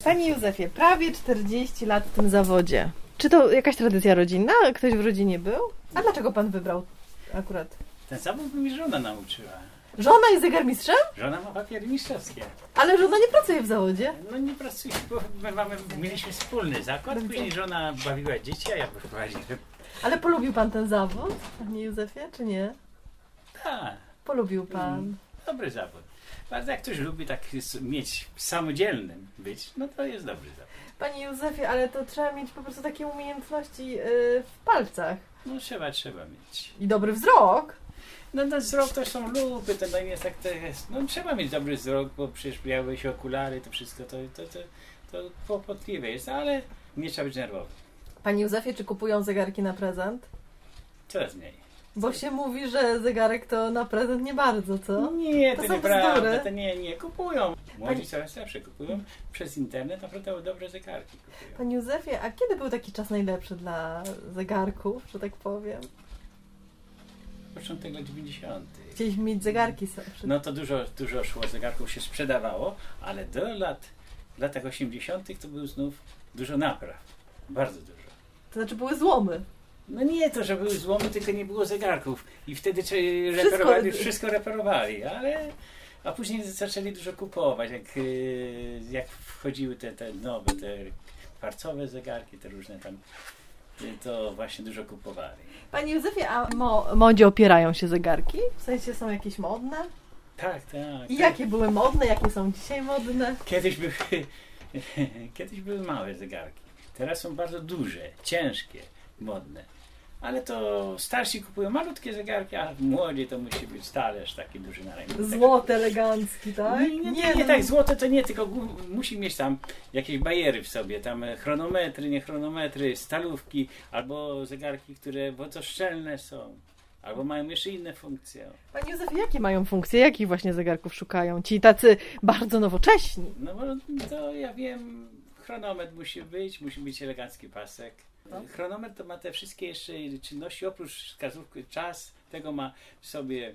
Panie Józefie, prawie 40 lat w tym zawodzie. Czy to jakaś tradycja rodzinna? Ktoś w rodzinie był? A dlaczego pan wybrał akurat? Ten zawód mi żona nauczyła. Żona jest zegarmistrzem? Żona ma papiery mistrzowskie. Ale żona nie pracuje w zawodzie. No nie pracuje, bo mieliśmy wspólny zakład, później żona bawiła dzieci, a ja prowadziłem. Ale polubił pan ten zawód, panie Józefie, czy nie? Tak, Polubił pan. dobry zawód. Bardzo jak ktoś lubi tak mieć samodzielnym być, no to jest dobry zawód. Panie Józefie, ale to trzeba mieć po prostu takie umiejętności w palcach. No trzeba mieć. I dobry wzrok. No ten wzrok to są lupy, to nie jest tak to jest. No trzeba mieć dobry wzrok, bo przecież miały się okulary, to wszystko to kłopotliwe jest, ale nie trzeba być nerwowy. Panie Józefie, czy kupują zegarki na prezent? Coraz mniej. Bo się mówi, że zegarek to na prezent nie bardzo, co? Nie, To to są nieprawda, bzdury. to nie kupują. Młodzi coraz lepsze kupują przez internet, naprawdę dobre zegarki kupują. Panie Józefie, a kiedy był taki czas najlepszy dla zegarków, że tak powiem? Początek lat 90. Chcieliśmy mieć zegarki. No to dużo szło, zegarków się sprzedawało, ale do w latach 80. to był znów dużo napraw. Bardzo dużo. To znaczy były złomy. No nie to, że były złomy, tylko nie było zegarków. I wtedy wszystko reperowali, a później zaczęli dużo kupować, jak wchodziły te nowe, te kwarcowe zegarki, te różne tam, to właśnie dużo kupowali. Panie Józefie, a modzie opierają się zegarki? W sensie są jakieś modne? Tak. I jakie były modne, jakie są dzisiaj modne? Kiedyś były małe zegarki. Teraz są bardzo duże, ciężkie, modne. Ale to starsi kupują malutkie zegarki, a młodzi to musi być talerz taki duży na ręku. Złoty, elegancki, tak? Nie, tak, złote to nie, tylko musi mieć tam jakieś bariery w sobie, tam chronometry, nie chronometry, stalówki, albo zegarki, które wodoszczelne są, albo mają jeszcze inne funkcje. Panie Józefie, jakie mają funkcje? Jakich właśnie zegarków szukają? Ci tacy bardzo nowocześni. No bo to ja wiem, chronometr musi być elegancki pasek. No. Chronometr to ma te wszystkie jeszcze czynności, oprócz wskazówki czas, tego ma w sobie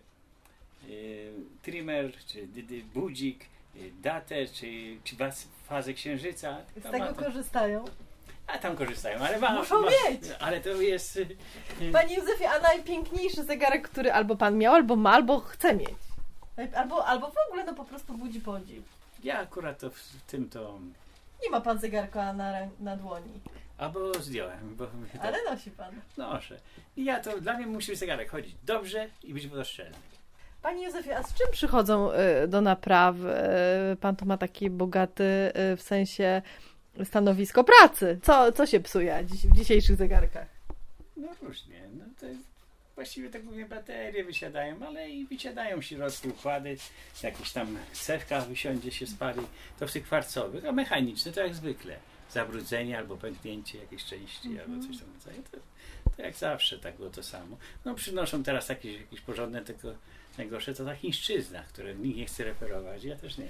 trimmer, czy budzik, datę, czy fazę księżyca. Z tego korzystają? A tam korzystają, ale muszą mieć! Ale to jest... Panie Józefie, a najpiękniejszy zegarek, który albo pan miał, albo ma, albo chce mieć? Albo w ogóle no po prostu budzi podziw. Ja akurat to w tym to... Nie ma pan zegarka na dłoni. Albo zdjąłem. Ale nosi pan. Noszę. I dla mnie musi zegarek chodzić dobrze i być wodoszczelny. Panie Józefie, a z czym przychodzą do napraw? Pan tu ma taki bogaty w sensie stanowisko pracy. Co się psuje w dzisiejszych zegarkach? No różnie. No to właściwie tak mówię, baterie wysiadają, ale i wysiadają w środku układy, jakieś tam cewka wysiądzie, się spali. To w tych kwarcowych, a mechaniczne to jak zwykle. Zabrudzenie albo pęknięcie jakiejś części, albo coś tam rodzaju. To jak zawsze tak było to samo. No przynoszą teraz jakieś porządne, tylko najgorsze to na chińszczyznach, które nikt nie chce reperować. Ja też nie.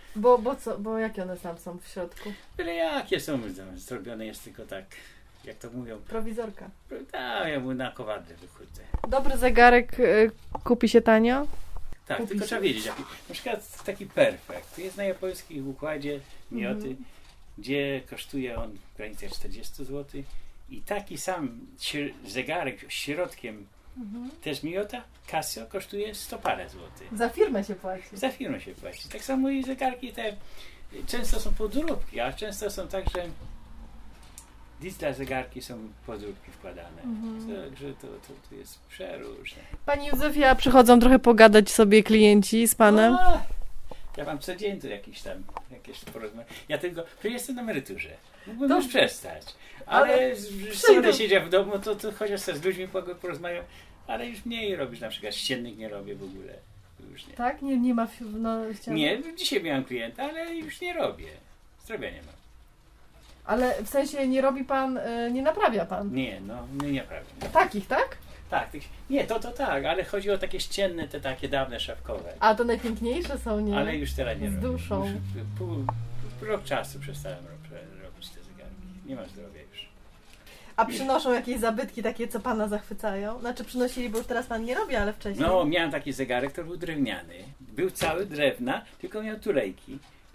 Bo jakie one tam są w środku? Byle jakie są, zrobione jest tylko tak, jak to mówią. Prowizorka. Tak, ja mówię, na kowadle wychodzę. Dobry zegarek kupi się tanio? Tak, tylko trzeba wiedzieć. Na przykład taki Perfect. Jest na japońskim układzie Miyoty, gdzie kosztuje on w granicach 40 zł. I taki sam zegarek z środkiem też Miyota, Casio, kosztuje 100 parę złotych. Za firmę się płaci. Za firmę się płaci. Tak samo i zegarki te często są podróbki, a często są tak, że dla zegarki są podróbki wkładane. Także to jest przeróżne. Panie Józefie, a przychodzą trochę pogadać sobie klienci z panem? Ja mam co dzień tu jakieś porozmawiać. Ja tylko, jestem na emeryturze. Mógłbym już przestać. Ale będę siedział w domu, to chociaż z ludźmi porozmawiam, ale już mniej robisz, na przykład ściennych nie robię w ogóle. Już nie. Tak? Nie ma Nie, dzisiaj miałem klienta, ale już nie robię. Zdrowia nie mam. Ale w sensie nie robi pan, nie naprawia pan? Nie, nie naprawiam. Takich, tak? Tak, nie, to tak, ale chodzi o takie ścienne, te takie dawne szafkowe. A to najpiękniejsze są, nie? Ale już teraz nie robię. Z duszą. Rok czasu przestałem robić te zegarki. Nie mam zdrowia już. A przynoszą jakieś zabytki takie, co pana zachwycają? Znaczy przynosili, bo już teraz pan nie robi, ale wcześniej. No, miałem taki zegarek, który był drewniany. Był cały drewna, tylko miał tulejki.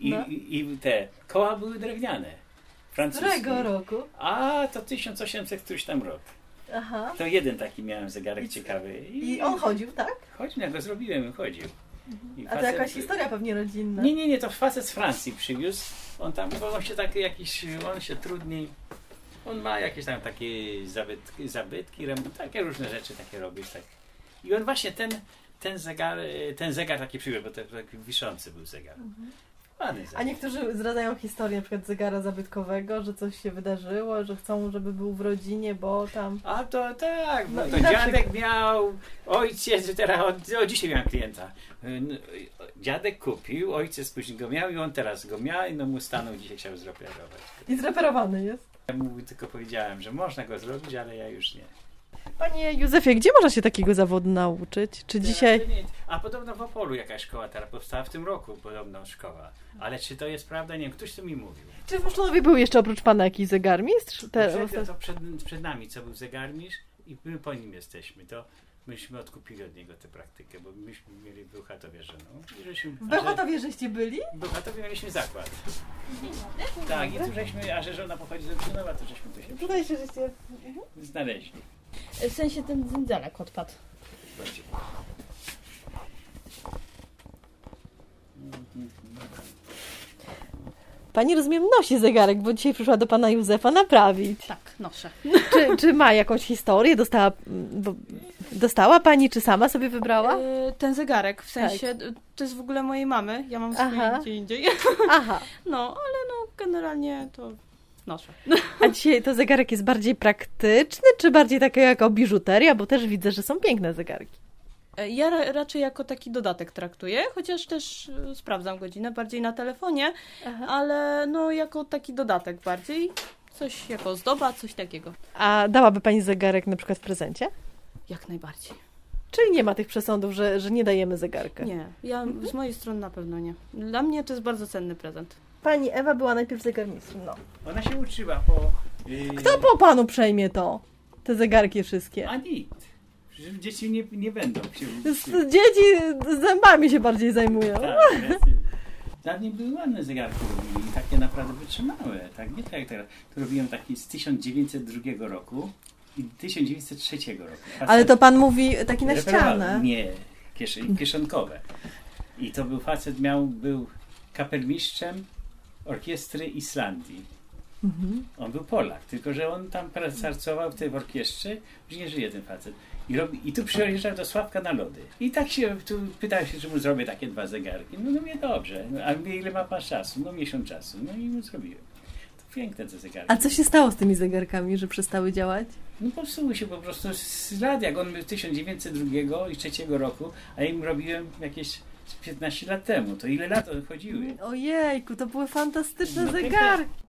No. I te koła były drewniane. Francuskie. Którego roku? A to 1800 któryś tam rok. Aha. To jeden taki miałem zegarek ciekawy. I on chodził, tak? Chodził, jak go zrobiłem, chodził. I A to jakaś historia pewnie rodzinna. Nie, to facet z Francji przywiózł. On tam, bo on się tak jakiś, on się trudniej. On ma jakieś tam takie zabytki, takie różne rzeczy takie robi. Tak. I on właśnie ten zegar taki przywiózł, bo to taki wiszący był zegar. Ładny zegar. A niektórzy zdradzają historię na przykład zegara zabytkowego, że coś się wydarzyło, że chcą, żeby był w rodzinie, bo tam... A to tak, No to i na dziadek przykład... miał, ojciec, teraz dzisiaj miałem klienta. Dziadek kupił, ojciec później go miał i on teraz go miał i no mu stanął, dzisiaj chciał zreperować. I zreperowany jest. Ja mu tylko powiedziałem, że można go zrobić, ale ja już nie. Panie Józefie, gdzie można się takiego zawodu nauczyć? Czy dzisiaj... A podobno w Opolu jakaś szkoła teraz powstała w tym roku, podobno szkoła. Ale czy to jest prawda? Nie wiem, ktoś to mi mówił. Czy w Moszczonowie był jeszcze oprócz pana jakiś zegarmistrz? To przed nami, co był zegarmistrz i my po nim jesteśmy. To myśmy odkupili od niego tę praktykę, bo myśmy mieli w Bełchatowie żoną. W Bełchatowie żeście byli? W Bełchatowie mieliśmy zakład. Tak, i tu żeśmy, a że żona pochodzi z Olsztynowa, to żeśmy tu się Tutaj się żeście... znaleźli. W sensie ten dzyndzalek odpadł. Pani, rozumiem, nosi zegarek, bo dzisiaj przyszła do pana Józefa naprawić. Tak, noszę. Czy ma jakąś historię? Dostała pani, czy sama sobie wybrała? Ten zegarek, w sensie, to jest w ogóle mojej mamy. Ja mam swój gdzie indziej. Aha. No, ale no, generalnie to noszę. A dzisiaj to zegarek jest bardziej praktyczny, czy bardziej takie jako biżuteria? Bo też widzę, że są piękne zegarki. Ja raczej jako taki dodatek traktuję, chociaż też sprawdzam godzinę bardziej na telefonie, ale no jako taki dodatek bardziej. Coś jako ozdoba, coś takiego. A dałaby pani zegarek na przykład w prezencie? Jak najbardziej. Czyli nie ma tych przesądów, że nie dajemy zegarka? Nie, ja z mojej strony na pewno nie. Dla mnie to jest bardzo cenny prezent. Pani Ewa była najpierw zegarmistrem, no. Ona się uczyła po... Kto po panu przejmie to? Te zegarki wszystkie? A nikt. Przecież dzieci nie będą się Dzieci zębami się bardziej zajmują. Tak, dawniej były ładne zegarki robili i takie naprawdę wytrzymałe. Tak, nie tak jak teraz. Tu robiłem taki z 1902 roku i 1903 roku. Ale to pan mówi taki na ścianę. Nie, kieszonkowe. I to był facet, był kapelmistrzem orkiestry Islandii. On był Polak, tylko że on tam pracował w orkiestrze, już nie żyje ten facet. I tu przyjeżdżał do Sławka na lody. I tak się tu pytał się, czy mu zrobię takie 2 zegarki. No mówię, dobrze. A mówię, ile ma pan czasu? No miesiąc czasu. No i mu zrobiłem. To piękne te zegarki. A co się stało z tymi zegarkami, że przestały działać? No popsuły się po prostu z lat, jak on był 1902 i 3 roku, a ja im robiłem jakieś 15 lat temu. To ile lat one chodziły? Ojejku, to były fantastyczne No, zegarki.